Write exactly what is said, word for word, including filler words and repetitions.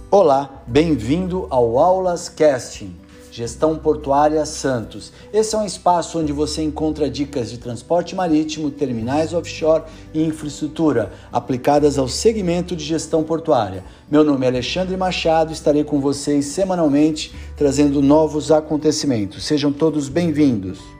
Olá, bem-vindo ao Aulas Casting, Gestão Portuária Santos. Esse é um espaço onde você encontra dicas de transporte marítimo, terminais offshore e infraestrutura aplicadas ao segmento de gestão portuária. Meu nome é Alexandre Machado e estarei com vocês semanalmente trazendo novos acontecimentos. Sejam todos bem-vindos.